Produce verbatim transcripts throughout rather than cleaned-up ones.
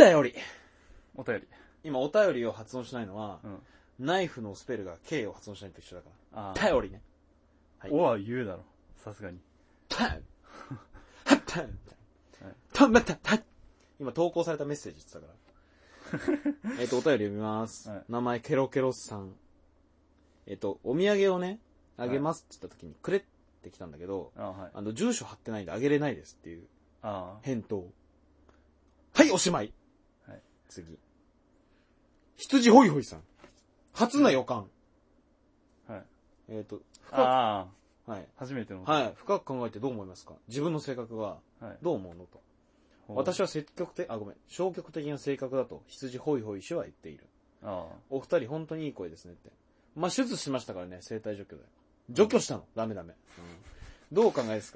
便り。 お便り。 今、お便りを発音しないのは、 うん。 ナイフのスペルが K を発音しないと一緒だかあら。便りね。 はい。おは言うだろ。さすがに。 たん。はったん。たんまた、た今投稿されたメッセージって言ってたから。えっと、お便り読みます。はい、名前、ケロケロさん。えっと、お土産をね、あげますって言った時に、くれって来たんだけど、あ、はい、あの、住所貼ってないんであげれないですっていう、返答。はい、おしまい。はい、次。羊ホイホイさん。初の予感。はい。えっと、深く、あはい。初めての。はい。深く考えてどう思いますか？自分の性格は、どう思うのと。私は積極的、あ、ごめん、消極的な性格だと、羊ホイホイ氏は言っている。ああ。お二人本当にいい声ですねって。まあ、手術しましたからね、生体除去で。除去したの。ダメダメ。うん、どうお考えですか？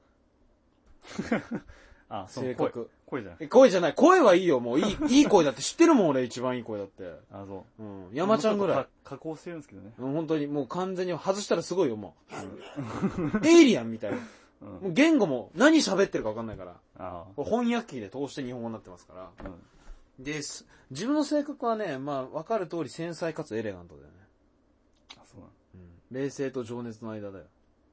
ああ、性格。声じゃない。声じゃない。声はいいよ。もういい、いい声だって知ってるもん俺一番いい声だって。あ、そう。うん。山ちゃんぐらい。加工してるんですけどね。うん、本当にもう完全に外したらすごいよ、もう。うん、エイリアンみたいな。うん、もう言語も何喋ってるか分かんないから。ああ。翻訳機で通して日本語になってますから。うん、です。自分の性格はね、まあ分かる通り繊細かつエレガントだよね。あ、そうなの。うん。冷静と情熱の間だよ。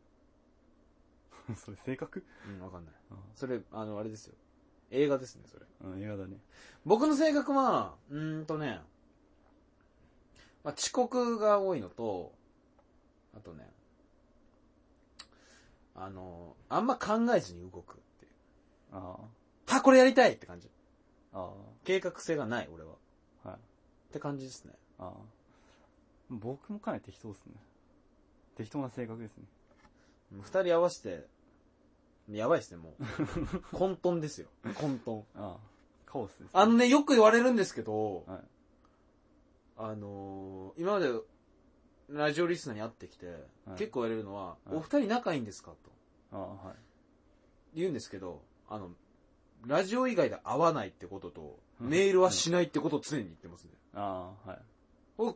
それ性格？うん、分かんない。ああ、それ、あの、あれですよ。映画ですね、それ。うん、映画だね。僕の性格は、うーんとね、まあ、遅刻が多いのと、あとね、あの、あんま考えずに動くっていう。ああ。は、これやりたいって感じ。ああ。計画性がない、俺は。はい。って感じですね。ああ。僕もかなり適当ですね。適当な性格ですね。二人合わせて、やばいですね、もう。混沌ですよ。混沌。ああ。カオスです、ね。あのね、よく言われるんですけど、はい、あのー、今まで、ラジオリスナーに会ってきて、はい、結構言われるのは、はい、お二人仲いいんですかと。ああ、はい。言うんですけど、あの、ラジオ以外で会わないってことと、メールはしないってことを常に言ってますね。ああ、はい。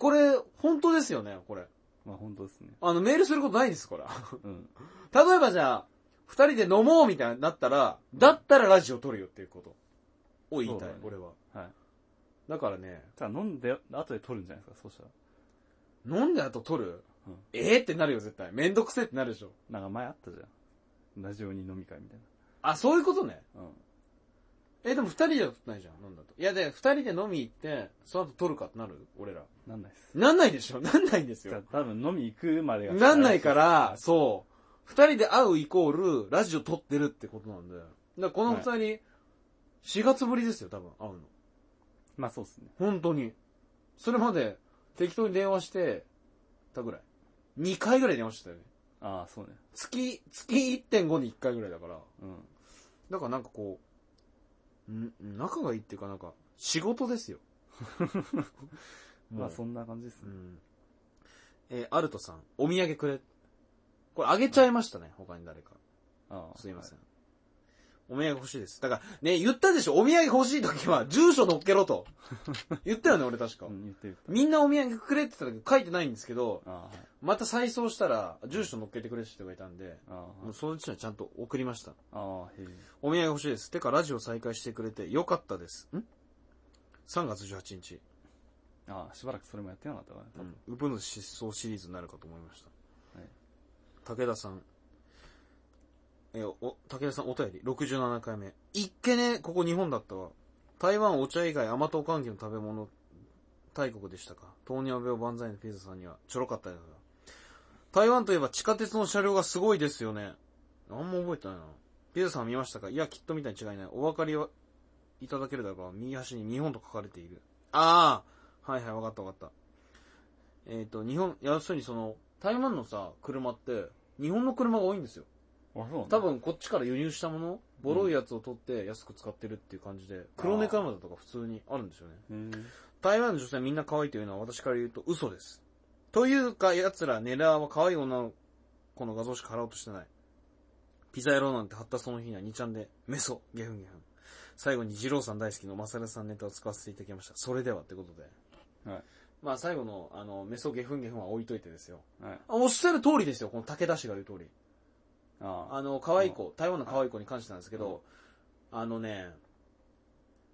これ、本当ですよね、これ。まあ本当ですね。あの、メールすることないです、これ。うん。例えばじゃあ、二人で飲もうみたいになったら、だったらラジオ撮るよっていうことを言いたい、ね、俺は。はい。だからね。じゃあ飲んで、後で撮るんじゃないですか、そうしたら。飲んで後撮る、うん、えーってなるよ、絶対。めんどくせえってなるでしょ。なんか前あったじゃん。ラジオに飲み会みたいな。あ、そういうことね。うん。えー、でも二人じゃ撮ってないじゃん、飲んだと。いや、で、二人で飲み行って、その後撮るかってなる俺ら。なんないっす。なんないでしょ、なんないんですよ。じゃあ多分飲み行くまでが。なんないから、そう。二人で会うイコール、ラジオ撮ってるってことなんで。だからこの二人、はい、しがつぶりですよ、多分、会うの。まあそうっすね。本当に。それまで、適当に電話して、たぐらい。にかいぐらい電話してたよね。ああ、そうね。月、月 いってんご にいっかいぐらいだから。うん。だからなんかこう、ん、仲がいいっていうかなんか、仕事ですよ。まあそんな感じですね。うん、えー、アルトさん、お土産くれ。これあげちゃいましたね、他に誰か。ああ、すいません。はい、お土産欲しいです。だから、ね、言ったでしょ、お土産欲しいときは、住所乗っけろと。言ったよね、俺確か。うん、言って言った。みんなお土産くれって言った時書いてないんですけど、あ、はい、また再送したら、住所乗っけてくれって人がいたんで、あ、はい、もうそのうちにはちゃんと送りました。あ、へえ。お土産欲しいです。てか、ラジオ再開してくれてよかったです。ん ?さんがつじゅうはちにち。ああ、しばらくそれもやってなかったかな、多分。うん。ウブの失踪シリーズになるかと思いました。はい。武田さん。えー、お、武田さんお便り、ろくじゅうななかいめ。いっけね、ここ日本だったわ。台湾お茶以外甘党関係の食べ物、大国でしたか。糖尿病万歳のピザさんにはちょろかったですが。台湾といえば地下鉄の車両がすごいですよね。なんも覚えてないな。ピザさん見ましたか？いや、きっと見たに違いない。お分かりはいただけるだろうか。右端に日本と書かれている。ああ、はいはい、わかったわかった。えっと、日本、要するにその、台湾のさ、車って、日本の車が多いんですよ。あ、そうなんだ。多分こっちから輸入したもの、ボロいやつを取って安く使ってるっていう感じで、うん、黒猫山だとか普通にあるんですよね。台湾の女性はみんな可愛いというのは私から言うと嘘です。というか、奴ら狙うは可愛い女の子の画像しか払おうとしてない。ピザ野郎なんて貼ったその日にはにちゃんでメソ、ゲフンゲフン。最後に二郎さん大好きのマサルさんネタを使わせていただきました。それではってことで。はい。まあ最後のあのメソゲフンゲフンは置いといてですよ。はい。おっしゃる通りですよ。この武田氏が言う通り。ああの可愛い子、台湾の可愛い子に関してなんですけど、うん、あのね、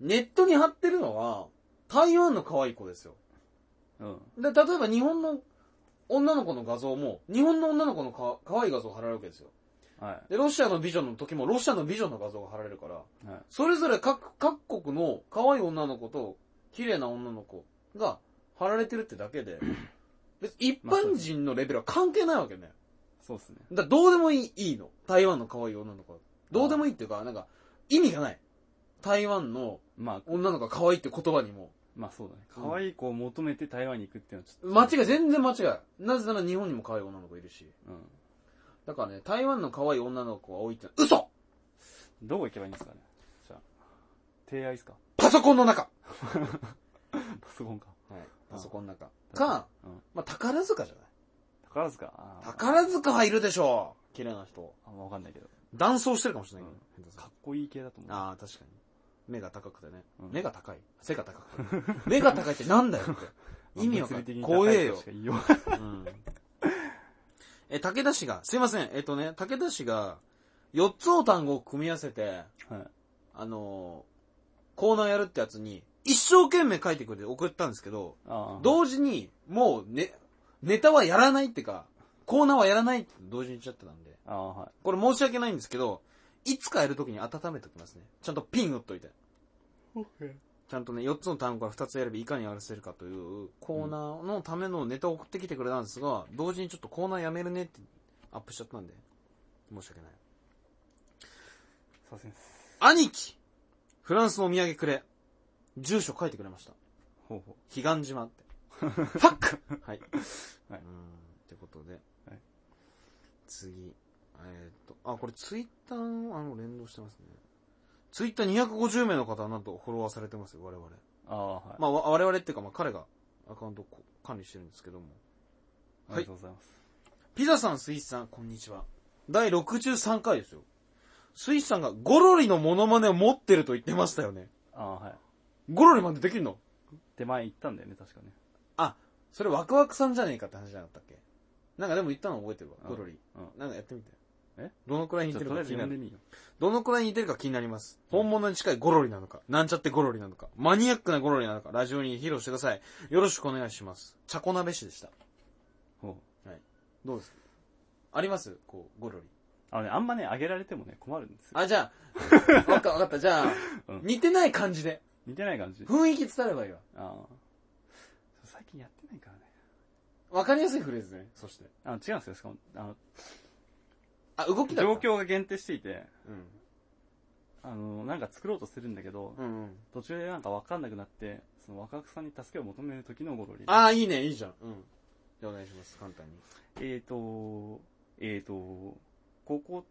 ネットに貼ってるのは、台湾の可愛い子ですよ。うん。で、例えば日本の女の子の画像も、日本の女の子のか可愛い画像が貼られるわけですよ。はい。で、ロシアの美女の時も、ロシアの美女の画像が貼られるから、はい。それぞれ各、各国の可愛い女の子と、綺麗な女の子が貼られてるってだけで、別に一般人のレベルは関係ないわけね。 そうですね。 だからどうでもいい、いいの。台湾の可愛い女の子。どうでもいいっていうか、なんか、意味がない。台湾の女の子が可愛いって言葉にも。 まあそうだね。可愛い子を求めて台湾に行くっていうのはちょっと。間違い、全然間違い。なぜなら日本にも可愛い女の子いるし。うん。だからね、台湾の可愛い女の子が多いって嘘どこ行けばいいんですかね。じゃあ、提案ですか。 パソコンの中パソコンか。 はい。パソコンの中。か、うん、まあ宝塚じゃない宝塚宝塚はいるでしょう。綺麗な人。 あんまわかんないけど。 男装してるかもしれないけど。 うん、かっこいい系だと思う。 ああ、確かに。目が高くてね。うん、目が高い背が高くて。目が高いってなんだよって。意味わかんない。怖えよ。うん。え、武田氏が、すいません。えっとね、武田氏が、よっつの単語を組み合わせて、はい、あのー、コーナーやるってやつに、一生懸命書いてくれて送ったんですけど、同時に、もうね、ネタはやらないってか、コーナーはやらないって同時に言っちゃってたんで、あ、はい、これ申し訳ないんですけど、いつかやるときに温めておきますね。ちゃんとピン打っといて。ちゃんとね、よっつの単語からふたつやればいかにやらせるかというコーナーのためのネタを送ってきてくれたんですが、同時にちょっとコーナーやめるねってアップしちゃったんで、申し訳ない。 さすがです。 兄貴フランスのお土産くれ。住所書いてくれました。 ほうほう。 彼岸島って。ファックはい。はい。うん。ってことで。はい。次。えー、っと、あ、これツイッターの、あの、連動してますね。ツイッターにひゃくごじゅうめいの方はなんとフォロワーされてますよ、我々。ああ、はい。まあ、我々っていうか、まあ、彼がアカウントを管理してるんですけども。 はい。ありがとうございます。 ピザさん、スイスさん、こんにちは。だいろくじゅうさんかいですよ。スイスさんがゴロリのモノマネを持ってると言ってましたよね。 ああ、はい。 ゴロリまでできるの？ 手前行ったんだよね、確かね。 あ、それワクワクさんじゃねえかって話じゃなかったっけ？なんかでも言ったの覚えてるわ、ゴロリ。うん。なんかやってみて。え？どのくらい似てるか気になる。どのくらい似てるか気になります。本物に近いゴロリなのか、なんちゃってゴロリなのか、マニアックなゴロリなのか、ラジオに披露してください。よろしくお願いします。チャコ鍋師でした。ほう。はい。どうですか？ありますこう、ゴロリ。 あのね、あんまね、あげられてもね、困るんですよ。 あ、じゃあ、わかったわかった。じゃあ、うん、似てない感じで。 似てない感じ雰囲気伝えればいいわ。ああ。 最近やってないからね。 わかりやすいフレーズね、そして。 あの、違うんですよ、しかも、あの、 あ、動きだった。 状況が限定していて、うん。あの、なんか作ろうとするんだけど、うんうん、途中でなんかわかんなくなって、その若草さんに助けを求める時のゴロリ。 ああ、いいね、いいじゃん。うん。じゃあお願いします、簡単に。 えーと、えーと、ここと、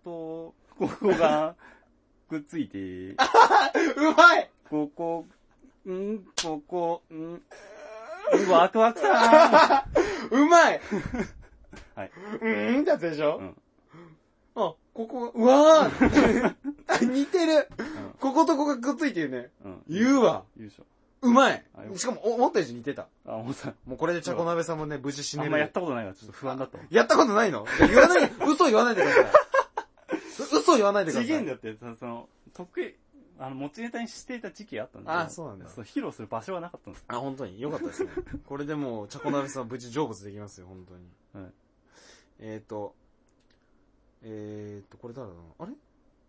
ここが、くっついて、 うまいここ、んここ、んワクワクさーうまいはい。 うーんってやつでしょうん。あ、ここ、うわー似てる、うん、こことここがくっついてるね。うん。言うわ。 言うでしょ。 うまい。しかも、思った以上似てた。 あ、思った。 もうこれでチャコ鍋さんもね、無事死ねる。 あんまやったことないから、ちょっと不安だった。 やったことないの？言わない、嘘言わないでください。嘘言わないでください。 次元だって、その、得意、あの、持ちネタにしていた時期あったんだけど。 あ、そうなんだ。 そう、披露する場所はなかったんです。 あ、本当に。よかったですね。これでもう、チャコ鍋さん無事成仏できますよ、本当に。はい。えーと、えーと、これ誰だろうな。あれ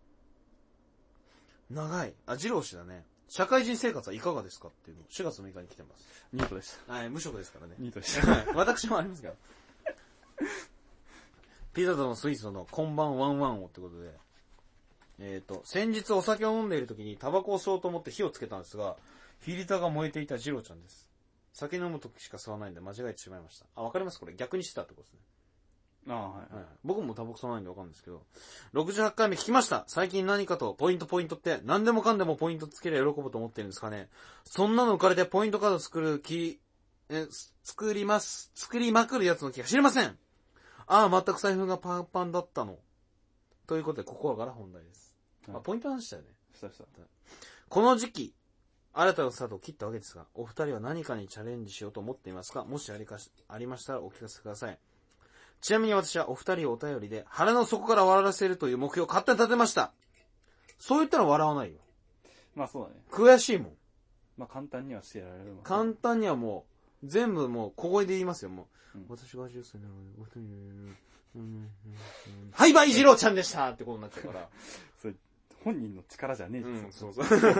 長い。あ、二郎氏だね。社会人生活はいかがですかっていうのしがつむいかに来てます。 ニートでした。 はい、無職ですからね。 ニートでした。 はい。私もありますから。ピザとのスイーツのこんばんワンワンをってことで、えっと、先日お酒を飲んでいる時にタバコを吸おうと思って火をつけたんですが、フィルターが燃えていたジローちゃんです。酒飲む時しか吸わないんで間違えてしまいました。あ、わかりますこれ逆にしてたってことですね。ああ、はい、はい。僕もタバコ吸わないんでわかるんですけど、ろくじゅうはちかいめ聞きました。最近何かとポイントポイントって何でもかんでもポイントつけりゃ喜ぶと思ってるんですかね。そんなの浮かれてポイントカード作る気、え、作ります、作りまくるやつの気が知りません。ああ、全く財布がパンパンだったの。ということで、心から本題です。はい、まあ、ポイントの話したよね。 したした。 この時期、新たなスタートを切ったわけですが、お二人は何かにチャレンジしようと思っていますか？もしありかし、ありましたらお聞かせください。ちなみに私はお二人をお便りで腹の底から笑わせるという目標を勝手に立てました。そう言ったら笑わないよ。 まあそうだね。 悔しいもん。 まあ簡単にはしてやられるもん。 簡単にはもう、全部もう小声で言いますよ、もう。うん、私がはちじゅっさいなので、お二人、うんうんうん、はい、バイジローちゃんでしたってことになっちゃうから。 それ、本人の力じゃねえじゃん。 うん、そうそう。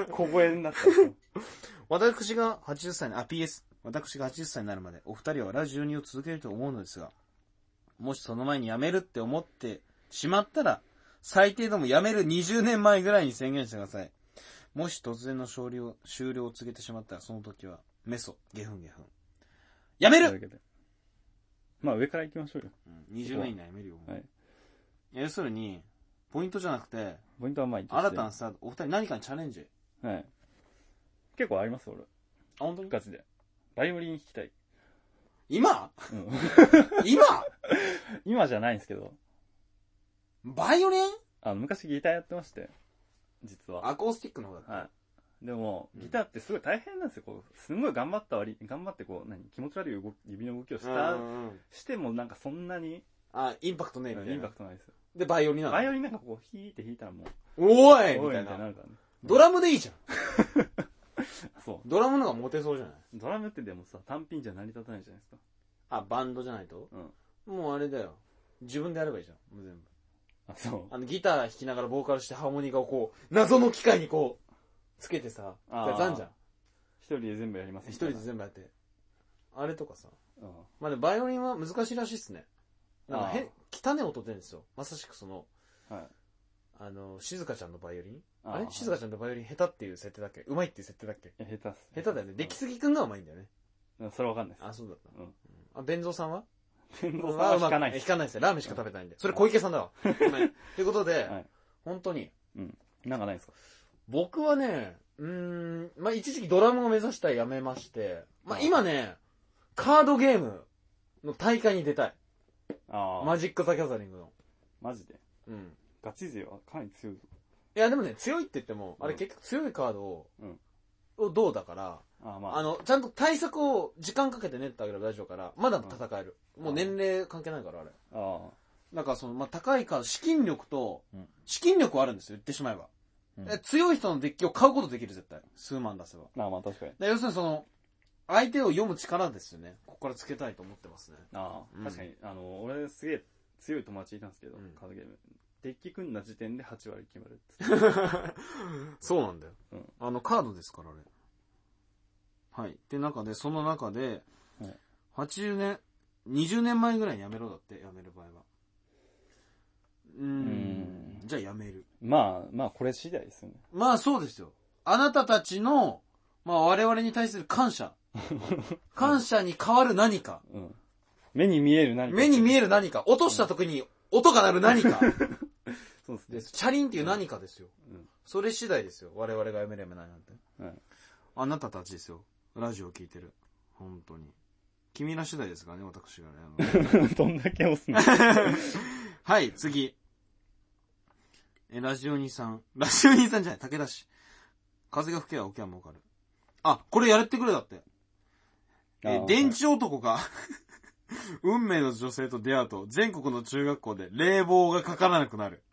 小声になった。 私がはちじゅっさいに、あ、ピーエス。私がはちじゅっさいになるまで、お二人はラジオにを続けると思うのですが、もしその前に辞めるって思ってしまったら、最低でも辞めるにじゅうねんまえぐらいに宣言してください。もし突然の終了、終了を告げてしまったら、その時は、メソ、ゲフンゲフン。辞める。 まあ上から行きましょうよ。 うん、にじゅうねん以内辞めるよ。はい。要するに、ポイントじゃなくて、 ポイントはまあ新たなスタート、お二人何かにチャレンジ。 はい。結構あります俺。あ、 本当にガチで。バイオリン弾きたい。 今、うん、今今じゃないんですけど。 バイオリン？ あの、昔ギターやってまして。実は。 アコースティックの方だった。 はい。でも、ギターってすごい大変なんですよ。こう、すごい頑張った割、頑張ってこう、何、気持ち悪い動き、指の動きをした、してもなんかそんなに。 あ、インパクトねえみたいな。 インパクトないですよ。 で、バイオリンなの？ バイオリンなんかこう、ヒーって弾いたらもう。 おーいみたいな。 なるからね。 ドラムでいいじゃん。 そう。 ドラムの方がモテそうじゃない？ ドラムってでもさ、単品じゃ成り立たないじゃないですか。 あ、バンドじゃないと？うん。もうあれだよ。自分でやればいいじゃん。もう全部。 あ、そう。 あの、ギター弾きながらボーカルしてハーモニカをこう、謎の機械にこう、つけてさ、あざんじゃん。 一人で全部やります。 一人で全部やって。あれとかさ。うん、まあでもバイオリンは難しいらしいっすね。なんかへ、汚ね音出るんですよ。まさしくその、はい。あの、静香ちゃんのバイオリンあれ静香ちゃんのバイオリン下手っていう設定だっけうまいっていう設定だっけ下手っす。 下手だよね。出来すぎくんがうまいんだよね。 それわかんないです。 あ、そうだった。うん。あ、弁蔵さんは弁蔵さんは弾かないです。 弾かないですよ。ラーメンしか食べたいんで。それ小池さんだわ。ごめん。ということで、本当に。 うん。なんかないですか？ 僕はね、うーん、まあ一時期ドラムを目指したらやめまして、まあ今ね、カードゲームの大会に出たい。ああ。マジック・ザ・ギャザリングの。 マジで？うん。ガチ勢はかなり強いぞ。 いやでもね、強いって言っても、あれ結局強いカードを、うん、をどうだから、あ, まあ、あの、ちゃんと対策を時間かけて練ってあげれば大丈夫から、まだ戦える。うん、もう年齢関係ないから、あれ。ああ。だからその、まあ、高いカード、資金力と、うん、資金力はあるんですよ、言ってしまえば。うん、強い人のデッキを買うことできる、絶対。数万出せば。 まあまあ確かに。 要するにその、相手を読む力ですよね。ここからつけたいと思ってますね。 ああ、うん、確かに。あの、俺すげえ強い友達いたんですけど、うん、カードゲーム。デッキ組んだ時点ではち割決まるってそうなんだよ、うん、あのカードですからあれはいで中でその中で、はい、はちじゅうねんにじゅうねんまえぐらいにやめろだってやめる場合はうーんうんじゃあやめるまあまあこれ次第ですよねまあそうですよあなたたちのまあ我々に対する感謝感謝に変わる何か、うん、 目に見える何か目に見える何か落とした時に音が鳴る何かそうですね。チャリンっていう何かですよ。うん、それ次第ですよ。我々がやめるやめないなんて、はい。あなたたちですよ。ラジオ聞いてる。本当に。君ら次第ですからね、私がね。どんだけ押すのはい、次。え、ラジオ兄さん。ラジオ兄さんじゃない、武田氏。風が吹けば沖は儲かる。あ、これやれてくれだって。え、電池男が、運命の女性と出会うと、全国の中学校で冷房がかからなくなる。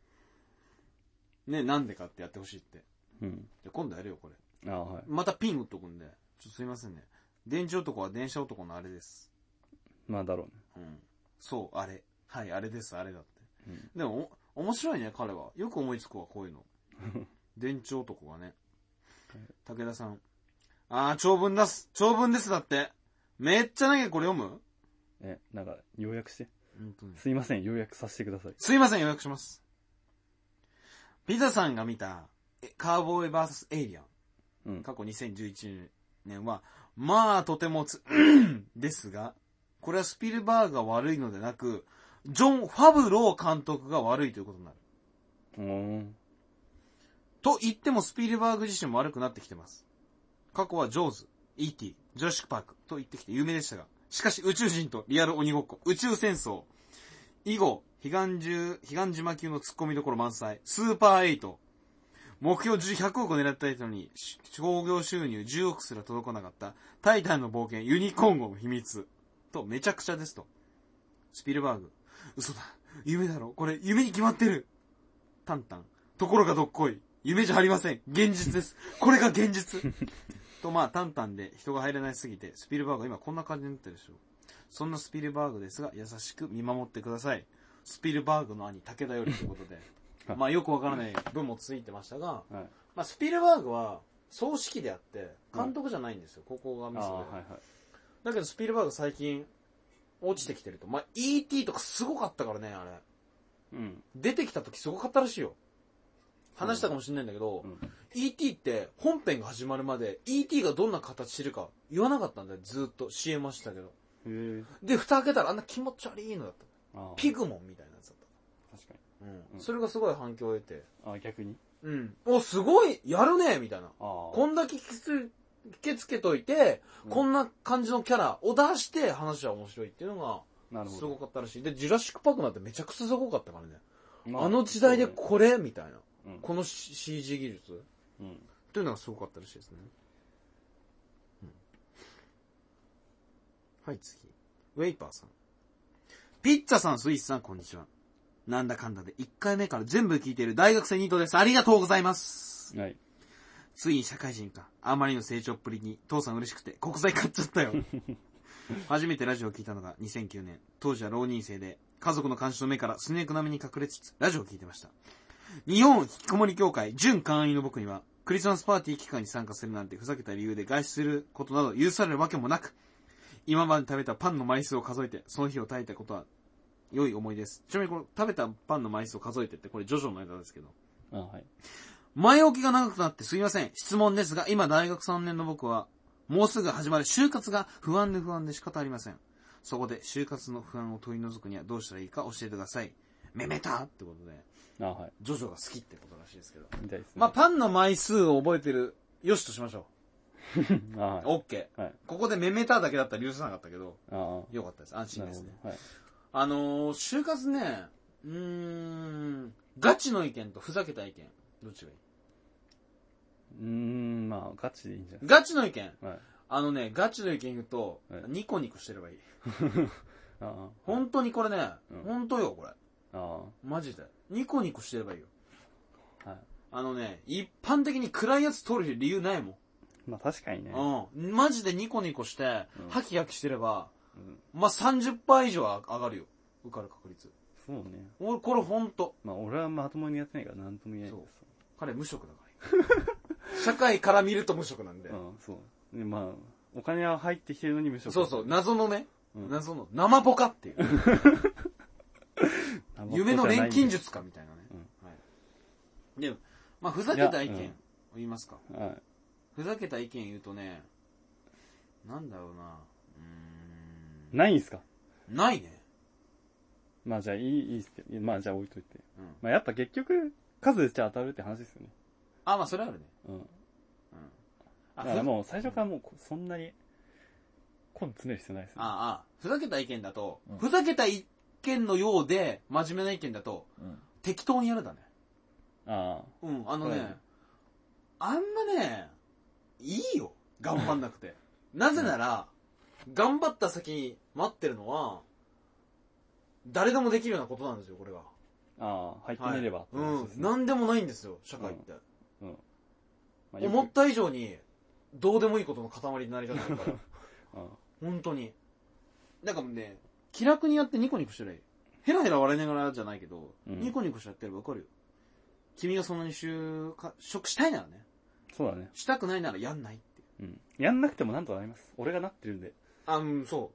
ね、なんでかってやってほしいって。うん。じゃ今度やるよ、これ。ああ、はい。またピン打っとくんで。ちょっとすいませんね。電池男は電車男のあれです。 まあだろうね。 うん。そう、あれ。はい、あれです、あれだって。うん、でも、お、面白いね、彼は。よく思いつくわ、こういうの。電池男がね。武田さん。あー、長文出す。長文ですだって。めっちゃ長いこれ読む？ え、なんか、要約して。本当に。すいません、要約させてください。 すいません、要約します。ピザさんが見た、カーボーイ ブイエス エイリアン。うん、過去にせんじゅういちねんは、まあ、とてもつ、ですが、これはスピルバーグが悪いのでなく、ジョン・ファブロー監督が悪いということになる。うん。と言ってもスピルバーグ自身も悪くなってきてます。過去はジョーズ、イーティー、ジュラシックパークと言ってきて有名でしたが、しかし宇宙人とリアル鬼ごっこ、宇宙戦争、以後、彼岸中、彼岸島級の突っ込みどころ満載、スーパーエイト、目標ひゃくおくを狙っていたのに、興行収入じゅうおくすら届かなかった、タイタンの冒険、ユニコーン号の秘密、とめちゃくちゃですと。スピルバーグ、嘘だ、夢だろ、これ夢に決まってる。タンタン、ところがどっこい。 夢じゃありません。現実です。これが現実。と、まあ、タンタンで人が入れないすぎて、スピルバーグは今こんな感じになってるでしょ。そんなスピルバーグですが、優しく見守ってください。スピルバーグの兄、武田よりということで。まあ、よくわからない文もついてましたが、はい、まあ、スピルバーグは、総指揮であって、監督じゃないんですよ。はい、ここがミスで。はいはい、だけど、スピルバーグ最近、落ちてきてると。まあ、イーティー とかすごかったからね、あれ。うん。出てきた時すごかったらしいよ。話したかもしれないんだけど、うん、イーティー って本編が始まるまで イーティー がどんな形してるか言わなかったんだよ、ずっと シーエム はしたけど。へで、蓋開けたらあんな気持ち悪いのだった。ピグモンみたいなやつだった。確かに。うん。うん、それがすごい反響を得て。 あ、逆にうん。お、すごいやるねみたいな。こんだけ聞けつけといて、うん、こんな感じのキャラを出して話は面白いっていうのが、すごかったらしい。で、ジュラシックパークなんてめちゃくちゃすごかったからね。まあ、あの時代でこれ、ね、みたいな。うん、この シージー 技術、うん、というのがすごかったらしいですね。うん、はい、次。ウェイパーさん。ピッツァさん、スイスさん、こんにちは。なんだかんだでいっかいめから全部聞いている大学生ニートです。ありがとうございます。はい。ついに社会人か。あまりの成長っぷりに、父さん嬉しくて国際買っちゃったよ。初めてラジオを聞いたのがにせんきゅうねん。当時は浪人生で、家族の監視の目からスネーク並みに隠れつつ、ラジオを聞いてました。日本引きこもり協会準会員の僕には、クリスマスパーティー期間に参加するなんてふざけた理由で外出することなど許されるわけもなく、今まで食べたパンの枚数を数えて、その日を耐えたことは良い思いです。ちなみにこの食べたパンの枚数を数えてって、これジョジョの間ですけど。あ、はい。前置きが長くなってすいません。質問ですが、今大学さんねんの僕は、もうすぐ始まる就活が不安で不安で仕方ありません。そこで就活の不安を取り除くにはどうしたらいいか教えてください。めめたってことで。あ、はい。ジョジョが好きってことらしいですけど。みたいですね。まあ、パンの枚数を覚えてる、よしとしましょう。あ、はい。オッケー。はい。ここでめめただけだったら許さなかったけど、ああ、よかったです。安心ですね。はい。あのー、就活ね、うーん、ガチの意見とふざけた意見、どっちがいいうーん、まあ、ガチでいいんじゃないガチの意見、はい。あのね、ガチの意見言うと、はい、ニコニコしてればいい。ああ、本当にこれね、うん、本当よ、これ。ああ、マジで。ニコニコしてればいいよ。はい。あのね、一般的に暗いやつ取る理由ないもん。まあ確かにね。うん。マジでニコニコして、うん、ハキハキしてれば、うん、まあ さんじゅっパーセント 以上は上がるよ。受かる確率。そうね。俺、これほんと。まあ俺はまともにやってないから何とも言えないです。彼無職だから。社会から見ると無職なんで。うん、そう。で、まあ、お金は入ってきてるのに無職。そうそう、謎のね、うん、謎の、生ポカっていう。夢の錬金術かみたいなね。うん、はい。で、まあ、ふざけた意見を言いますか。うん、はい。ふざけた意見言うとね、なんだろうな。うーん。ないんすか？ないね。まあじゃあいい、いいっすけど、まあじゃあ置いといて。うん、まあやっぱ結局、数打ちゃ当たるって話ですよね。あ、まあそれあるね。うん。うん。だからもう最初からもうそんなに、根詰める必要ないですよね。ああ、ふざけた意見だと、うん、ふざけた意見のようで、真面目な意見だと、うん、適当にやるだね。ああ。うん、あのね、あんまね、いいよ。頑張んなくて。なぜなら、頑張った先に待ってるのは、誰でもできるようなことなんですよ、これが。ああ、入ってみれば、はい、うん。なんでもないんですよ、社会って。うん。うん、まあ、思った以上に、どうでもいいことの塊になりたくなるから。ああ、本当に。なんかね、気楽にやってニコニコしてる。ヘラヘラ笑いながらじゃないけど、うん、ニコニコしてやってればわかるよ。君がそんなに就職したいならね。そうだね。したくないならやんないって。うん。やんなくてもなんとかなります。俺がなってるんで。あ、うん、そう。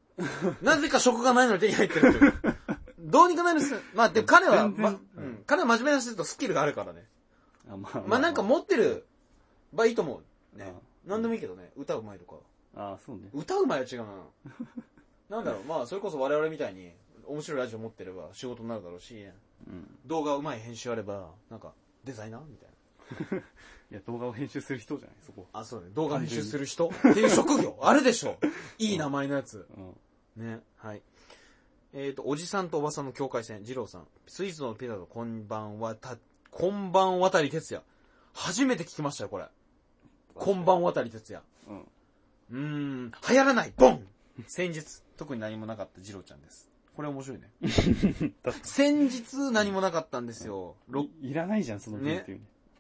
なぜか職がないのに手に入ってるっていう。どうにかなるんですよ。まあ、で、彼は、ま、うん。彼は真面目な人とスキルがあるからね。あ、まあ、まあ、なんか持ってる場合いいと思う。ね。なんでもいいけどね。歌うまいとか。ああ、そうね。歌うまいは違うな。なんだろう。まあ、それこそ我々みたいに面白いラジオ持ってれば仕事になるだろうし、うん、動画うまい編集あれば、なんか、デザイナーみたいな。いや、動画を編集する人じゃないそこ。あ、そうね。動画編集する人っていう職業あるでしょ。いい名前のやつ。うん、ね。はい。えっと、おじさんとおばさんの境界線、二郎さん。スイーツのピザとこんばんはた、こんばん渡り哲也。初めて聞きましたよ、これ。こんばん渡り哲也。うん。うーん、流行らない、ボン先日、特に何もなかった二郎ちゃんです。これ面白いね。先日何もなかったんですよ。うん、い, いらないじゃん、その文っていうね。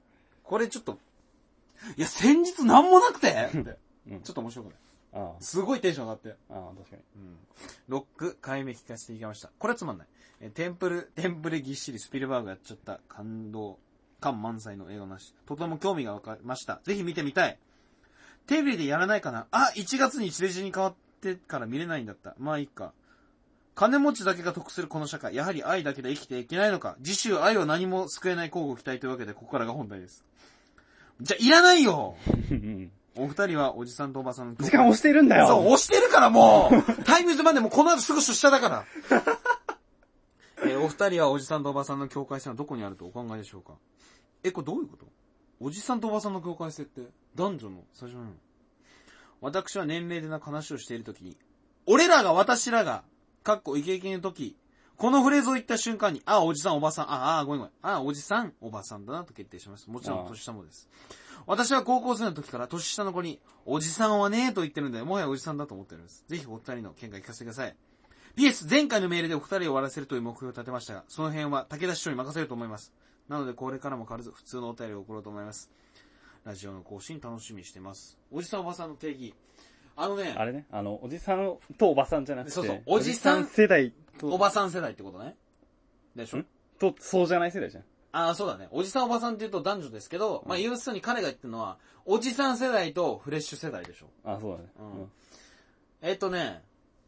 これちょっと、いや、先日なんもなくてって、うん、ちょっと面白くない？ああすごいテンション上がって。 ああ、確かに。 うん。ろっく回目聞かせていきました。これはつまんない。え、テンプル、テンプレぎっしりスピルバーグやっちゃった感動、感満載の映画なし。とても興味がわかりました。ぜひ見てみたい。テレビでやらないかなあ、いちがつに地デジに変わってから見れないんだった。まあいいか。金持ちだけが得するこの社会。やはり愛だけで生きていけないのか。次週愛は何も救えない交互期待というわけで、ここからが本題です。じゃ、いらないよお二人はおじさんとおばさんの時間押してるんだよ。 そう、押してるからもうタイムズまでもうこの後すぐ出社だからえー、お二人はおじさんとおばさんの境界線はどこにあるとお考えでしょうか。え、これどういうこと？おじさんとおばさんの境界線って男女の最初なの？私は年齢でなく話をしているときに、俺らが私らが、かっこイケイケのとき、このフレーズを言った瞬間に、ああ、おじさんおばさん、ああ、ごめんごめん、ああ、おじさんおばさんだなと決定しました。もちろん年下もです。私は高校生の時から年下の子に、おじさんはねえと言ってるんで、もはやおじさんだと思ってるんです。ぜひお二人の見解聞かせてください。ピーエス 前回のメールでお二人を終わらせるという目標を立てましたが、その辺は武田師匠に任せると思います。なのでこれからも変わらず普通のお便りを送ろうと思います。ラジオの更新楽しみにしてます。おじさんおばさんの定義。あのね。 あれね、あの、おじさんとおばさんじゃなくて、 そうそう、おじさん世代と、おばさん世代ってことね。でしょ？ と、そうじゃない世代じゃん。 ああ、そうだね。おじさんおばさんって言うと男女ですけど、うん、まあ、要するに彼が言ってるのは、おじさん世代とフレッシュ世代でしょ。 ああ、そうだね。 うん。うん、えっとね、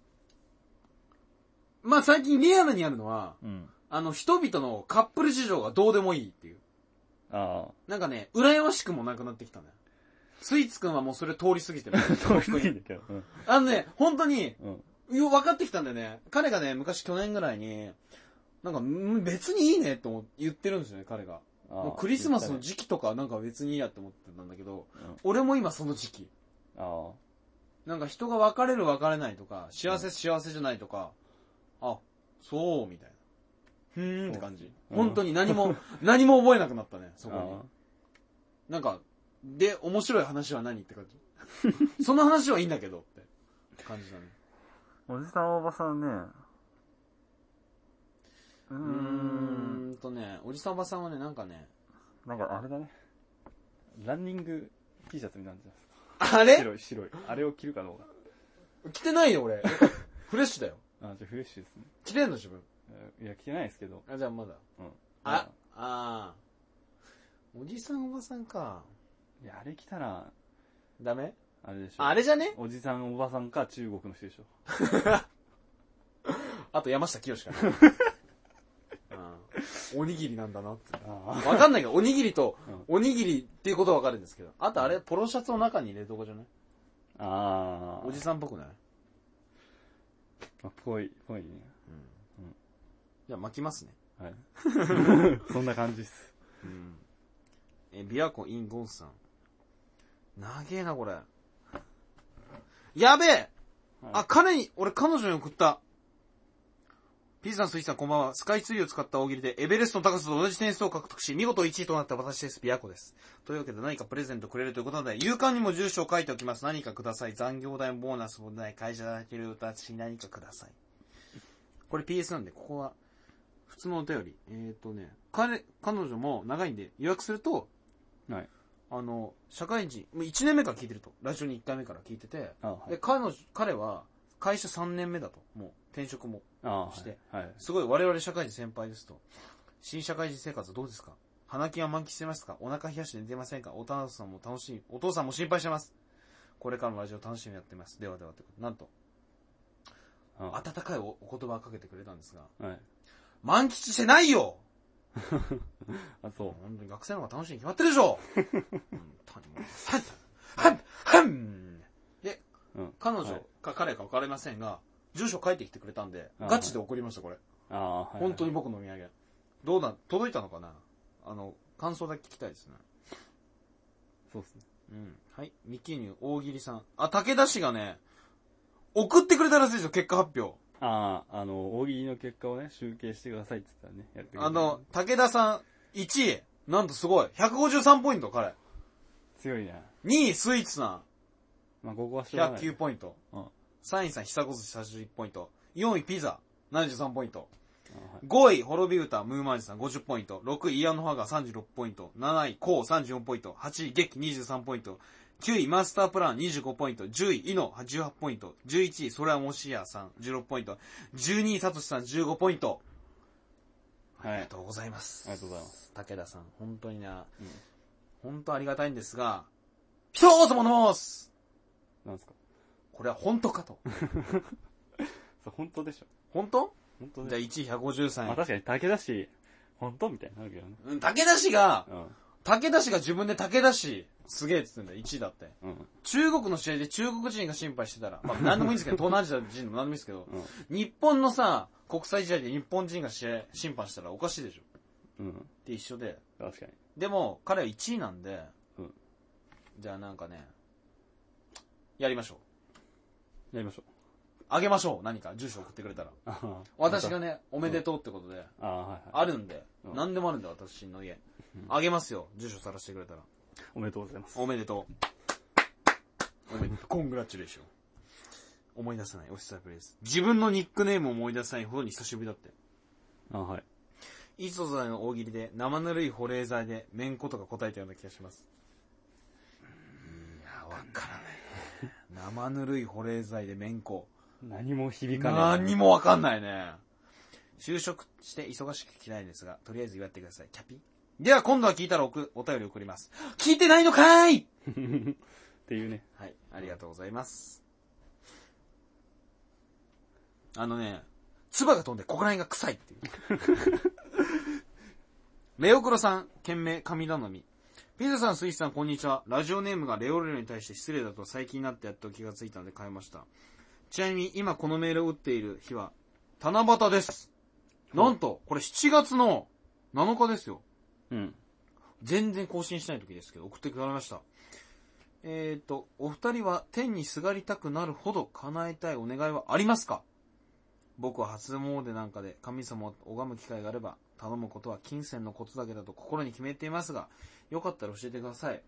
まあ、最近リアルにあるのは、うん、あの、人々のカップル事情がどうでもいいっていう。ああ。なんかね、羨ましくもなくなってきたんだよ。スイーツくんはもうそれ通り過ぎてる。 通り過ぎてる。うん、 あのね、本当に、うん、よ、分かってきたんだよね。彼がね、昔去年ぐらいに、なんか、別にいいねって言ってるんですよね、彼が。もうクリスマスの時期とかなんか別にいいやって思ってたんだけど、うん、俺も今その時期。あなんか人が別れる別れないとか、幸せ幸せじゃないとか、あ、そう、みたいな。ふーんって感じ。本当に何も、何も覚えなくなったね、そこに。なんか、で、面白い話は何って感じ。その話はいいんだけどって感じだね。 おじさんおばさんね。 うーんとね、おじさんおばさんはね、なんかね。 なんかあれだね。ランニング T シャツになるんじゃないですか。あれ白い白い。あれを着るかどうか。 着てないよ俺。フレッシュだよ。 あ、じゃあフレッシュですね。 着てんの自分。 いや、着てないですけど。 あ、じゃあまだ。うん。あ、あー。おじさんおばさんか。 いや、あれ着たら、 ダメ？ あれでしょ。 あれじゃね？ おじさんおばさんか中国の人でしょ。 あと山下清かな。おにぎりなんだなって。わかんないけど、おにぎりと、おにぎりっていうことはわかるんですけど。あとあれ、ポロシャツの中に入れるとこじゃない？ああ。おじさんっぽくない？ あ、ぽい、ぽいね。 うん。うん、じゃあ巻きますね。 はい。そんな感じっす。うん。 え、ビアコインゴンさん。長えな、これ。やべえ、はい、あ、彼に、俺彼女に送った。ピーさん、スイさん、こんばんは。スカイツリーを使った大喜利でエベレストの高さと同じ点数を獲得し、見事いちいとなった私です。ビアコです。というわけで何かプレゼントくれるということなので、勇敢にも住所を書いておきます。何かください。残業代ボーナスもない会社で働ける私に何かください。これ ピーエス なんで、ここは、普通のお便り。えっとね、彼、彼女も長いんで、予約すると、はい。あの、社会人、いちねんめから聞いてると。ラジオにいっかいめから聞いてて、はい、で、彼女、彼は、会社さんねんめだと。もう、転職もして、はいはい、すごい我々社会人先輩ですと。新社会人生活どうですか？花金は満喫してますか？お腹冷やして寝てませんか？お父さんも楽しい、お父さんも心配してます。これからのラジオ楽しみにやってます。ではではってこと。なんと、あ温かい お, お言葉をかけてくれたんですが、はい、満喫してないよあ、そう。本当に学生の方が楽しいに決まってるでしょ本当にもう、はん、はん、はんで、うん、彼女か彼か分かりませんが、住所書いてきてくれたんで、ガチで送りました、これ。あ、はい、本当に僕のお土産。どうだ、届いたのかな？あの、感想だけ聞きたいですね。 そうですね。 うん。はい。ミキニュー、大喜利さん。あ、武田氏がね、送ってくれたらしいですよ、結果発表。 ああ、あの、大喜利の結果をね、集計してくださいって言ったらね、やってくれた。 あの、武田さん、いちい。なんとすごい。ひゃくごじゅうさんポイント、彼。 強いね。 にい、スイーツさん。 まあ、ここはひゃくきゅうポイント。うん。さんいさん、久子寿司さんじゅういちポイント。よんい、ピザ、ななじゅうさんポイント。 ごい、滅び歌、ムーマージさんごじゅっポイント。ろくい、イヤノハガさんじゅうろくポイント。なない、コウさんじゅうよんポイント。はちい、ゲキにじゅうさんポイント。きゅうい、マスタープランにじゅうごポイント。じゅうい、イノじゅうはちポイント。じゅういちい、それはもしやさんじゅうろくポイント。じゅうにい、サトシさんじゅうごポイント。はい、ありがとうございます。 ありがとうございます。 武田さん、本当にな、うん、本当ありがたいんですが、ひとつも申す。 なんすかこれは本当かと。 そう、本当でしょ。 本当本当でじゃあいちいひゃくごじゅうさんえん。 まあ確かに武田氏、本当みたいになるけどね。 うん、武田氏が、 うん、 武田氏が自分で武田氏、すげえって言ってんだよ、いちいだって。 うん、 中国の試合で中国人が審判してたら、まあ何でもいいんですけど、東南アジア人でも何でもいいですけど、うん、日本のさ、国際試合で日本人が試合、審判したらおかしいでしょ。うん。って一緒で。 確かに。 でも、彼はいちいなんで、 うん。 じゃあなんかね、やりましょう。やりましょう。 あげましょう。何か住所送ってくれたら。私がね、おめでとうってことで、うん、あ, はいはい、あるんで、うん、何でもあるんで、私の家。うん、あげますよ。住所さらしてくれたら。 おめでとうございます。 おめでとう。おめでとう。コングラチュレーション。思い出せない。お久しぶりです。自分のニックネームを思い出せないほどに久しぶりだって。 あ、はい。 いつぞやの大喜利で生ぬるい保冷剤でめんことか答えたような気がします。いや、わからないね。生ぬるい保冷剤でめんこ。 何も響かない。 何もわかんないね。就職して忙しく聞きたいですが、とりあえず祝ってください。キャピでは今度は聞いたらおくお便り送ります。聞いてないのかーいっていうね。 はい、ありがとうございます。あのね、唾が飛んでここら辺が臭いっていう。レオクロさん、件名、神頼み。ピザさん、スイスさん、こんにちは。ラジオネームがレオレロに対して失礼だと最近になってやっと気がついたので変えました。ちなみに、今このメールを打っている日は、七夕です。なんと、これしちがつのなのかですよ。うん。全然更新しない時ですけど、送ってくれました。えーと、お二人は天にすがりたくなるほど叶えたいお願いはありますか？僕は初詣なんかで神様を拝む機会があれば頼むことは金銭のことだけだと心に決めていますが、よかったら教えてください。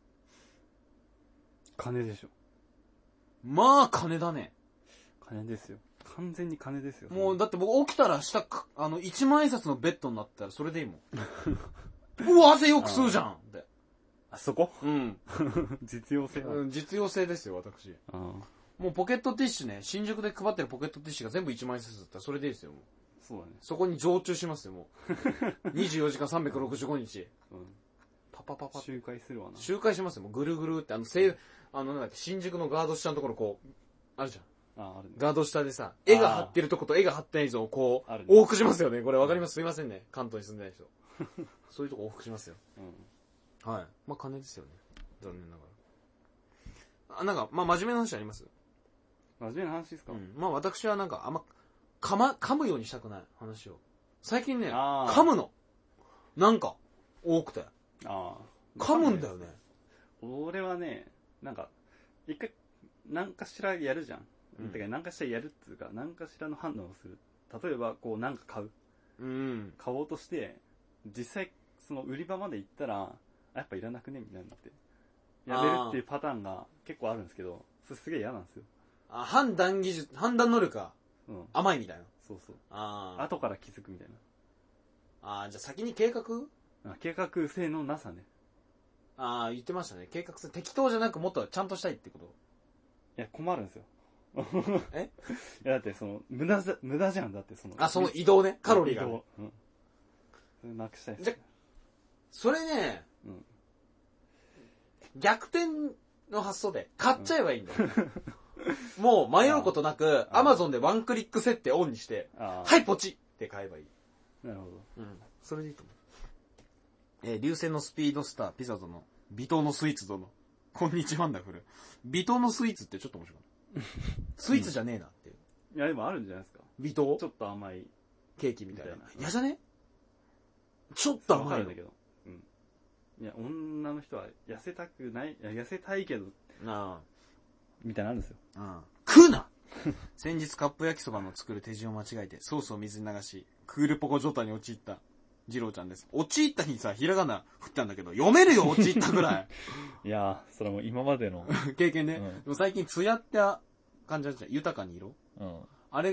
金でしょ。 まあ金だね。 金ですよ。完全に金ですよ。 もうだって僕起きたら下あの一万円札のベッドになったらそれでいいもん。うわ汗よく吸うじゃんって。 あそこ？ うん。 実用性は、 うん、実用性ですよ私。あもうポケットティッシュね、新宿で配ってるポケットティッシュが全部いちまん円札だったらそれでいいですよ。もうそうだね。 そこに常駐しますよもう。にじゅうよじかんさんびゃくろくじゅうごにち。うん。パパパパ。 周回するわな。 周回しますよ。もうぐるぐるってあのせあのなんだっけ新宿のガード下のところこうあるじゃん。ああるね。ガード下でさ、絵が貼ってるとこと絵が貼ってないぞをこう、ね、往復しますよね。これわかります？すいませんね。関東に住んでない人。そういうとこ往復しますよ。うん。はい。まあ金ですよね。残念ながら。あ、なんか、まあ真面目な話あります？ 真面目な話ですか？ うん。まあ私はなんかあんま、噛ま、噛むようにしたくない話を。最近ね、噛むの。なんか、多くて。ああ。噛むんだよね。 俺はね、なんか、一回、何かしらやるじゃん。うん、てか何かしらやるっつうか、何かしらの反応をする。例えば、こう、なんか買う。うん。買おうとして、実際、その売り場まで行ったら、やっぱいらなくねみたいになって。やめるっていうパターンが結構あるんですけど、それすげえ嫌なんですよ。 あ、判断技術、判断能力が、うん、甘いみたいな。 そうそう。ああ。後から気づくみたいな。 ああ、じゃあ先に計画？ あ、計画性のなさね。 ああ、言ってましたね。計画性、適当じゃなくもっとちゃんとしたいってこと？ いや、困るんですよ。えいや、だってその、無駄じゃ、無駄じゃん。だってその。 あ、その移動ね。カロリーが、ね。移動。うん。 それなくしたいです、 ね。じゃ、それね、うん、逆転の発想で買っちゃえばいいんだよ。うん、もう迷うことなく、アマゾンでワンクリック設定オンにして、はい、ポチって買えばいい。 なるほど。 うん。それでいいと思う。えー、流星のスピードスター、ピザ殿、微糖のスイーツ殿。こんにちは、ワンダフル。微糖のスイーツってちょっと面白い。スイーツじゃねえなっていう。 いや、でもあるんじゃないですか。 微糖ちょっと甘い。 ケーキみたいな。嫌じゃね？ちょっと甘いんだけど。 うん。いや、女の人は痩せたくない、いや痩せたいけど、ああ。みたいなのあるんですよ。 ああ。食うな先日カップ焼きそばの作る手順を間違えて、ソースを水に流し、クールポコ状態に陥った、二郎ちゃんです。陥ったにさ、ひらがな振ったんだけど、読めるよ、陥ったぐらい。 いやー、それも今までの。 経験ね。うん、でも最近、ツヤって感じあるじゃん。豊かに色。うん。あれが、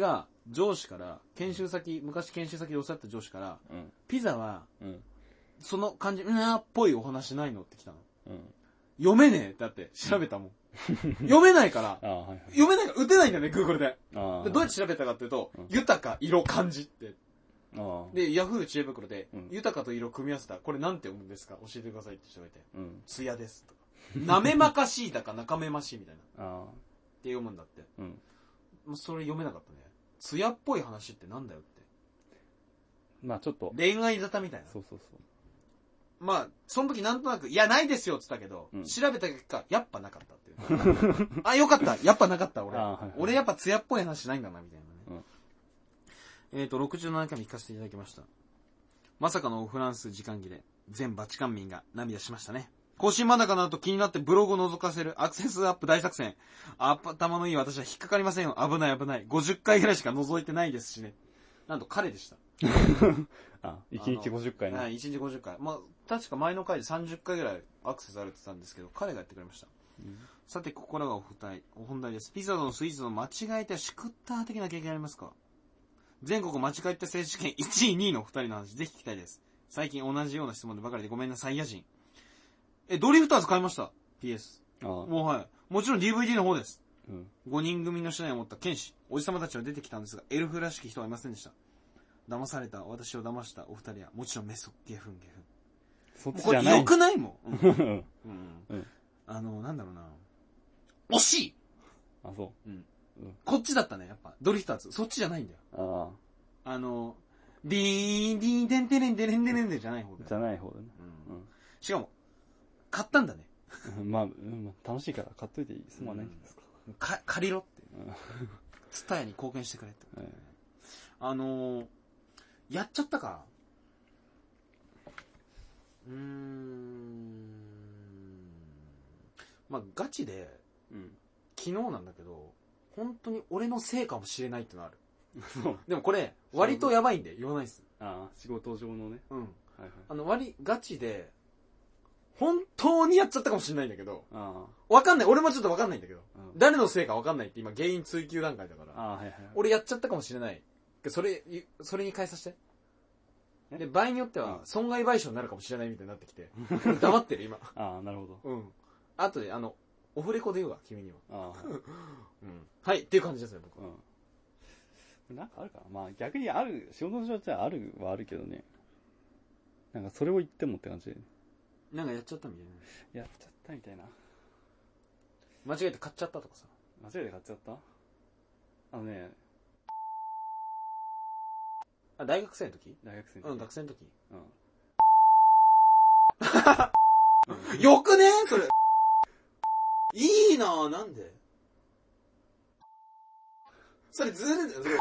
上司から、研修先、昔研修先でおっしゃった上司から、うん、ピザは、うん、その感じ、うなーっぽいお話ないのって来たの。うん、読めねえだって調べたもん。読めないから、あ、はいはい、読めないから打てないんだよね、Google で。あでどうやって調べたかっていうと、うん、豊か、色、漢字って。あで、ヤフー知恵袋で、うん、豊かと色組み合わせた、これなんて読むんですか教えてくださいって人がいて、うん、艶ですとか。なめまかしいだか、なかめましいみたいな。あって読むんだって。うん、もうそれ読めなかったね。艶っぽい話ってなんだよって。 まあちょっと。 恋愛沙汰みたいな。そうそうそう。まあ、その時なんとなく、いや、ないですよって言ったけど、うん、調べた結果、やっぱなかったっていう。あ、よかった。やっぱなかった、俺。はいはい、俺やっぱ艶っぽい話ないんだな、みたいなね。うん、えっと、ろくじゅうななかいめ聞かせていただきました。まさかのフランス時間切れ、全バチカン民が涙しましたね。更新まだかなと気になってブログを覗かせるアクセスアップ大作戦。頭のいい私は引っかかりませんよ。危ない危ない。ごじゅっかいぐらいしか覗いてないですしね。なんと彼でした。 あ、いちにちごじゅっかいね。 はい、いちにちごじゅっかい。まあ、確か前の回でさんじゅっかいぐらいアクセスあるって言ったんですけど、彼がやってくれました。うん、さて、ここからがお題、お本題です。ピザのスイーツの間違えたシクッター的な経験ありますか？全国間違えた選手権いちい、にいのふたりの話、ぜひ聞きたいです。最近同じような質問でばかりでごめんなさい、野人。え、ドリフターズ買いました。ピーエス。ああもうはい。もちろん ディーブイディー の方です。うん、ごにん組の車内を持った剣士、おじさまたちは出てきたんですが、エルフらしき人はいませんでした。騙された、私を騙したお二人は、もちろんメソ、ゲフンゲフン。そっちじゃない。これ良くないもん。うんうんうん、あの、なんだろうな。惜しい。 あ、そう。うん。 うん、こっちだったね、やっぱ。ドリフターズ。そっちじゃないんだよ。ああ。あの、ディーン、ディーン、デンテレン、デレンデレンデじゃない方だよ。 じゃない方だね。 うん。うん、しかも、買ったんだね。 まあ、うん、楽しいから買っといていいすまないんですか。 うん、か、借りろって。ツタヤに貢献してくれって。はい、あのー、やっちゃったか。うーん。まあ、ガチで、うん、昨日なんだけど、本当に俺のせいかもしれないってのある。でもこれ、割とやばいんで言わないっす。 ああ、仕事上のね。うん。はいはい。 あの、割、ガチで、本当にやっちゃったかもしれないんだけど、ああわかんない。俺もちょっとわかんないんだけど、うん、誰のせいかわかんないって今原因追求段階だから、ああはいはいはい、俺やっちゃったかもしれない。それ、それに変えさせて。で、場合によっては、損害賠償になるかもしれないみたいになってきて、黙ってる今。 ああ、なるほど。 うん。あとで、あの、オフレコで言うわ、君には。ああ、はい。うん。はい、っていう感じですね、僕は。 うん。なんかあるかな。まあ逆にある、仕事上じゃあるはあるけどね。なんかそれを言ってもって感じで。 なんかやっちゃったみたいな。やっちゃったみたいな。 間違えて買っちゃったとかさ。 間違えて買っちゃった？あのね、 あ、大学生の時？ 大学生の時。 うん、学生の時。うん。よくねそれ。いいなぁ、なんでそれずる、それ。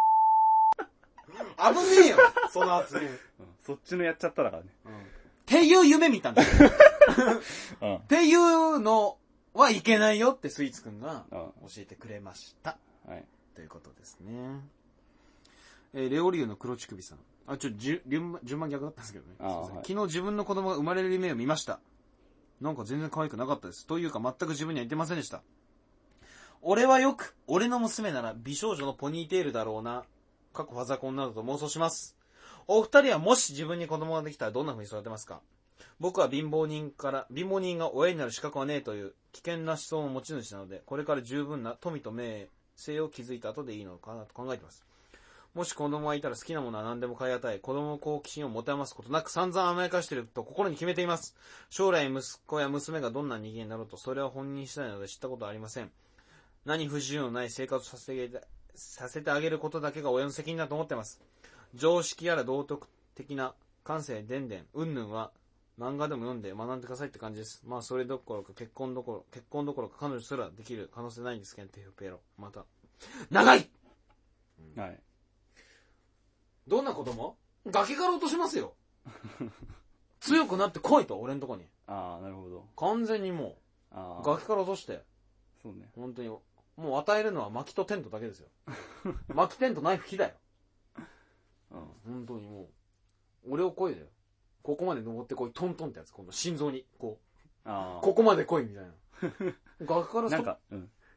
危ねえよ、その発言、うん。 そっちのやっちゃっただからね。 うん。っていう夢見たんだよ。うん、っていうのはいけないよってスイーツくんが教えてくれました。はい。ということですね。えー、レオリュウの黒乳首さん。あ、ちょ、じゅ、順番逆だったんですけどね。はい、昨日自分の子供が生まれる夢を見ました。なんか全然可愛くなかったです。というか全く自分には似てませんでした。俺はよく、俺の娘なら美少女のポニーテールだろうな。過去ファザコンなどと妄想します。お二人はもし自分に子供ができたらどんな風に育てますか？僕は貧乏人から、貧乏人が親になる資格はねえという危険な思想の持ち主なので、これから十分な富と名声を築いた後でいいのかなと考えています。もし子供がいたら好きなものは何でも買い与え、子供の好奇心を持て余すことなく散々甘やかしていると心に決めています。将来息子や娘がどんな人間になろうと、それは本人次第なので知ったことはありません。何不自由のない生活をさせて、させてあげることだけが親の責任だと思っています。常識やら道徳的な感性伝伝、うんぬんは漫画でも読んで学んでくださいって感じです。まあそれどころか結婚どころ、結婚どころか彼女すらできる可能性ないんですけど、テフペロ。また。長い、うん、はい。どんな子供？崖から落としますよ。強くなって来いと、俺のとこに。 ああ、なるほど。 完全にもう、あ崖から落として。 そうね。 本当に、もう与えるのは薪とテントだけですよ。薪テントナイフ火だよ。うん、本当にもう、俺を来いだよ。ここまで登ってこい、トントンってやつ、今度心臓に、こう。あここまで来いみたいな。崖からなんか、うん。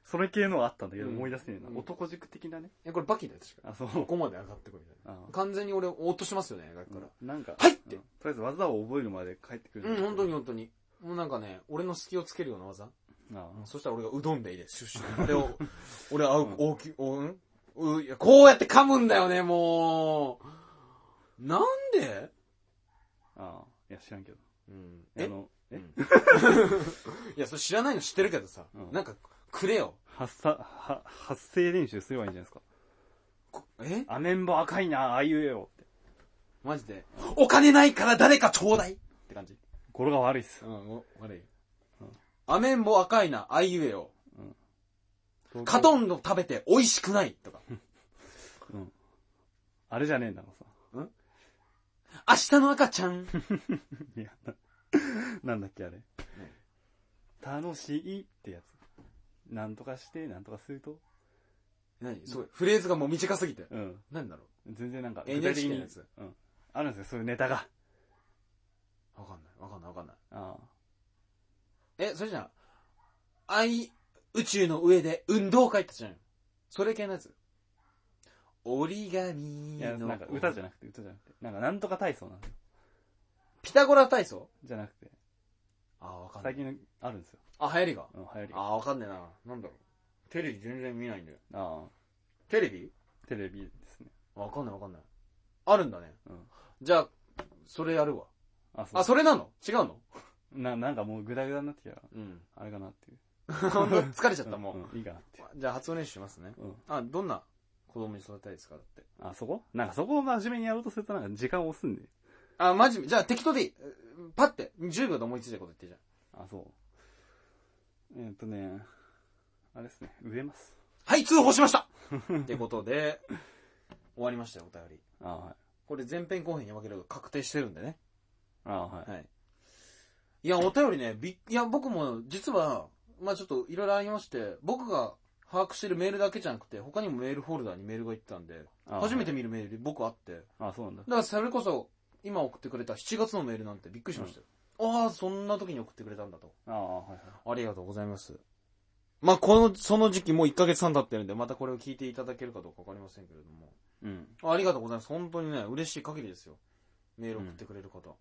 それ系のはあったんだけど、思い出せねえな。男塾的なね。 え、これバキだよ、確か。 あ、そう。 ここまで上がってくるみたいな。完全に俺、落としますよね、学から。 なんか、 はいって。 とりあえず技を覚えるまで帰ってくる。 うん、本当に本当に。もうなんかね、俺の隙をつけるような技。そしたら俺がうどんでいいです。シュッシュ。あれを、俺は、大き、うんう、いや、こうやって噛むんだよね、もう。なんでああ、いや、知らんけど。 うん。 えあの、えいや、それ知らないの知ってるけどさ。なんか、くれよ。 発さ、は、発声練習すればいいんじゃないですか。 えアメンボ赤いな、ああいうえよって。 マジで。お金ないから誰かちょうだいって感じ。 語呂が悪いっす。 うん、悪い。アメンボ赤いな、あいうえよ。うん。カトンの食べて美味しくないとか。 うん。あれじゃねえんだろさ。 うん明日の赤ちゃん。 いや、なんだっけあれ。楽しいってやつ。なんとかして、なんとかすると。 何すごい。フレーズがもう短すぎて。 うん。 何だろう。 全然なんか、 具体的に。うん。 あるんですよ、そういうネタが。 わかんない、わかんない、わかんない。 ああ。 え、それじゃあ、愛、宇宙の上で運動会ってじゃん。それ系のやつ。折り紙の。 いや、なんか歌じゃなくて、歌じゃなくて。なんかなんとか体操なんですよ。 ピタゴラ体操じゃなくて。 ああ、わかんない。 最近あるんですよ。 あ、流行りがうん、流行りが。ああ、わかんねえな。なんだろう。テレビ全然見ないんだよ。 ああ。 テレビテレビですね。 わかんないわかんない。あるんだね。 うん。 じゃあ、それやるわ。 あ、そう。 あ、それなの違うのな、なんかもうグダグダになってきたら、 うん。 あれかなっていう。 本当疲れちゃった、もう、 うん。いいかなって。 じゃあ発音練習しますね。 うん。 あ、どんな子供に育てたいですかだって。 あ、そこなんかそこを真面目にやろうとするとなんか時間を押すんで。 あ、真面目。じゃあ適当でいい。パッて、じゅうびょうで思いついたこと言ってじゃん。 あ、そう。えー、っとね、あれですね、植えます。 はい、通報しましたってことで、終わりましたよ、お便り。 あ、はい。 これ前編後編に分けると確定してるんでね。 あ、はい。 はい。いや、お便りね、びいや、僕も実は、まあちょっといろいろありまして、僕が把握してるメールだけじゃなくて、他にもメールフォルダにメールがいってたんで、初めて見るメールで僕あって。 あ、そうなんだ。 だからそれこそ、今送ってくれたしちがつのメールなんてびっくりしましたよ。うん、ああ、そんな時に送ってくれたんだと。 ああ、はいはい。 ありがとうございます。まあ、この、その時期もういっかげつはん経ってるんで、またこれを聞いていただけるかどうかわかりませんけれども。うん。ありがとうございます。本当にね、嬉しい限りですよ。メール送ってくれる方。うん、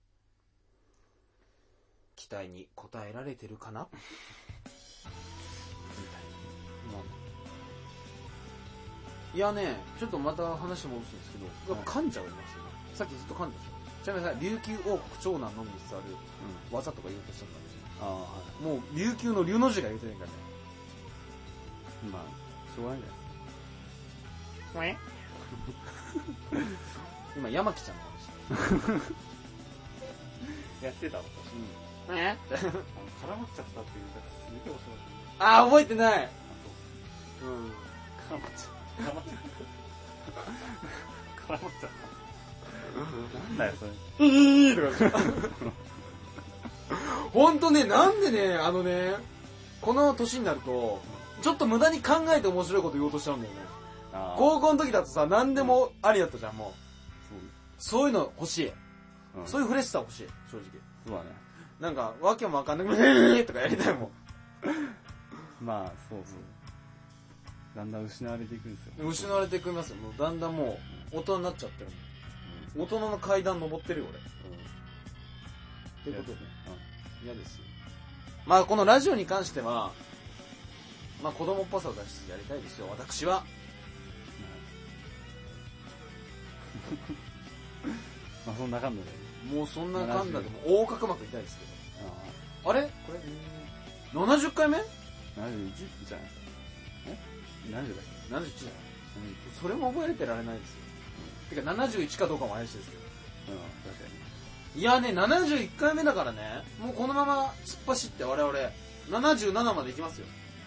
期待に応えられてるかなみたいな。いやね、ちょっとまた話戻すんですけど、やっぱ噛んじゃいますよね。さっきずっと噛んでたでしょ。ちなみにさ、琉球王国長男のみに伝わる技とか言おうとしたんだけど、あ、はい、もう琉球の龍の字が言うてないからね。 まあ、しょうがないんじゃないですか。 今、山木ちゃんの話やってたのか。 うん。え絡まっちゃったっていうか、すげえ面白い。 あー、覚えてない。あ、 そう。うん。絡まっちゃった。絡まっちゃった。絡まっちゃった。なんだよ、それ。 いいとか。ほんとね、なんでね、あのね、この年になると、ちょっと無駄に考えて面白いこと言おうとしちゃうんだよね。高校の時だとさ、何でもありだったじゃん、もう。そう、そういうの欲しい、うん。そういうフレッシュさ欲しい、正直。 そうだね。 なんか、わけもわかんなくて、とかやりたいもん。 まあ、そうそう。だんだん失われていくんですよ。 失われていきますよ。もうだんだんもう、大人になっちゃってるもん。うん、大人の階段登ってるよ、俺。うん。ってことね。うん。嫌ですよ。まあ、このラジオに関しては、まあ、子供っぽさを出しつつやりたいですよ、私は。 まあ、そんなかんだで。 もうそんなかんだでも横隔膜痛いですけど。あれこれ、ななじゅっかいめ ? ななじゅういち じゃないですか。え ?ななじゅう だっけ ? ななじゅういち じゃない、うん、それも覚えてられないですよ。うん、てかななじゅういちかどうかも怪しいですけど。 うん、確かに。 いやね、ななじゅういっかいめだからね、もうこのまま突っ走って我々、ななじゅうななまで行きますよ。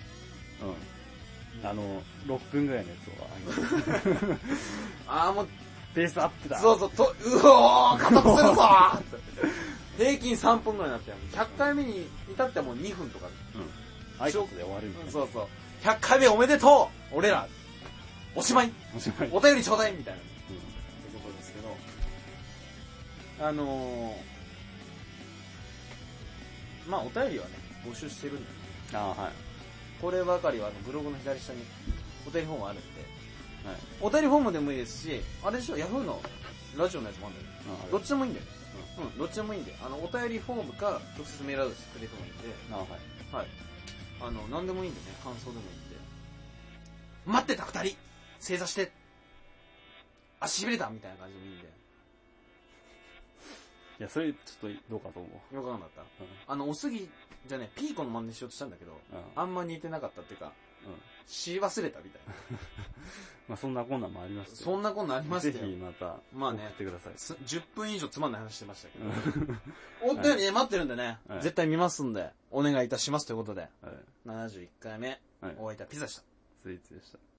うん。あの、ろっぷんぐらいのやつをあげます。 ああ、もう、 ペースアップだ。 そうそう、と、うおー、加速するぞー平均さんぷんぐらいになってひゃっかいめに至ってはもうにふんとか。 うん。挨拶で終わるみたいな。 そうそう。ひゃっかいめおめでとう俺らおしまいおしまいお便りちょうだいみたいな。うん。ってことですけど。あのー、まあお便りはね、募集してるんで。 ああ、はい。 こればかりはあのブログの左下にお便りフォームあるんで、はい、お便りフォームでもいいですし、あれでしょ、ヤフーのラジオのやつもあるんだよ。どっちでもいいんだよ。うん、うん、どっちでもいいんで、あの、お便りフォームか、直接メールアドレスくれてもいいんで、あ、はい。はい。あの、なんでもいいんでね、感想でもいいんで。待ってた二人正座してあ、痺れたみたいな感じでもいいんで。 いや、それちょっとどうかと思う。 よくわかんなかった、うん、あの、おすぎ、じゃね、ピーコの真似しようとしたんだけど、うん、あんま似てなかったっていうか、うん、し忘れたみたいな。 まあそんなこんなんもありましたよ。 そんなこんなんありましたよ。 ぜひまた、 まあね、 送ってください。 じゅっぷん以上つまんない話してましたけど。お便りね、待ってるんでね、はい、絶対見ますんで、お願いいたしますということで、はい、ななじゅういっかいめ、はい、お会いいたピザでした。 スイーツでした。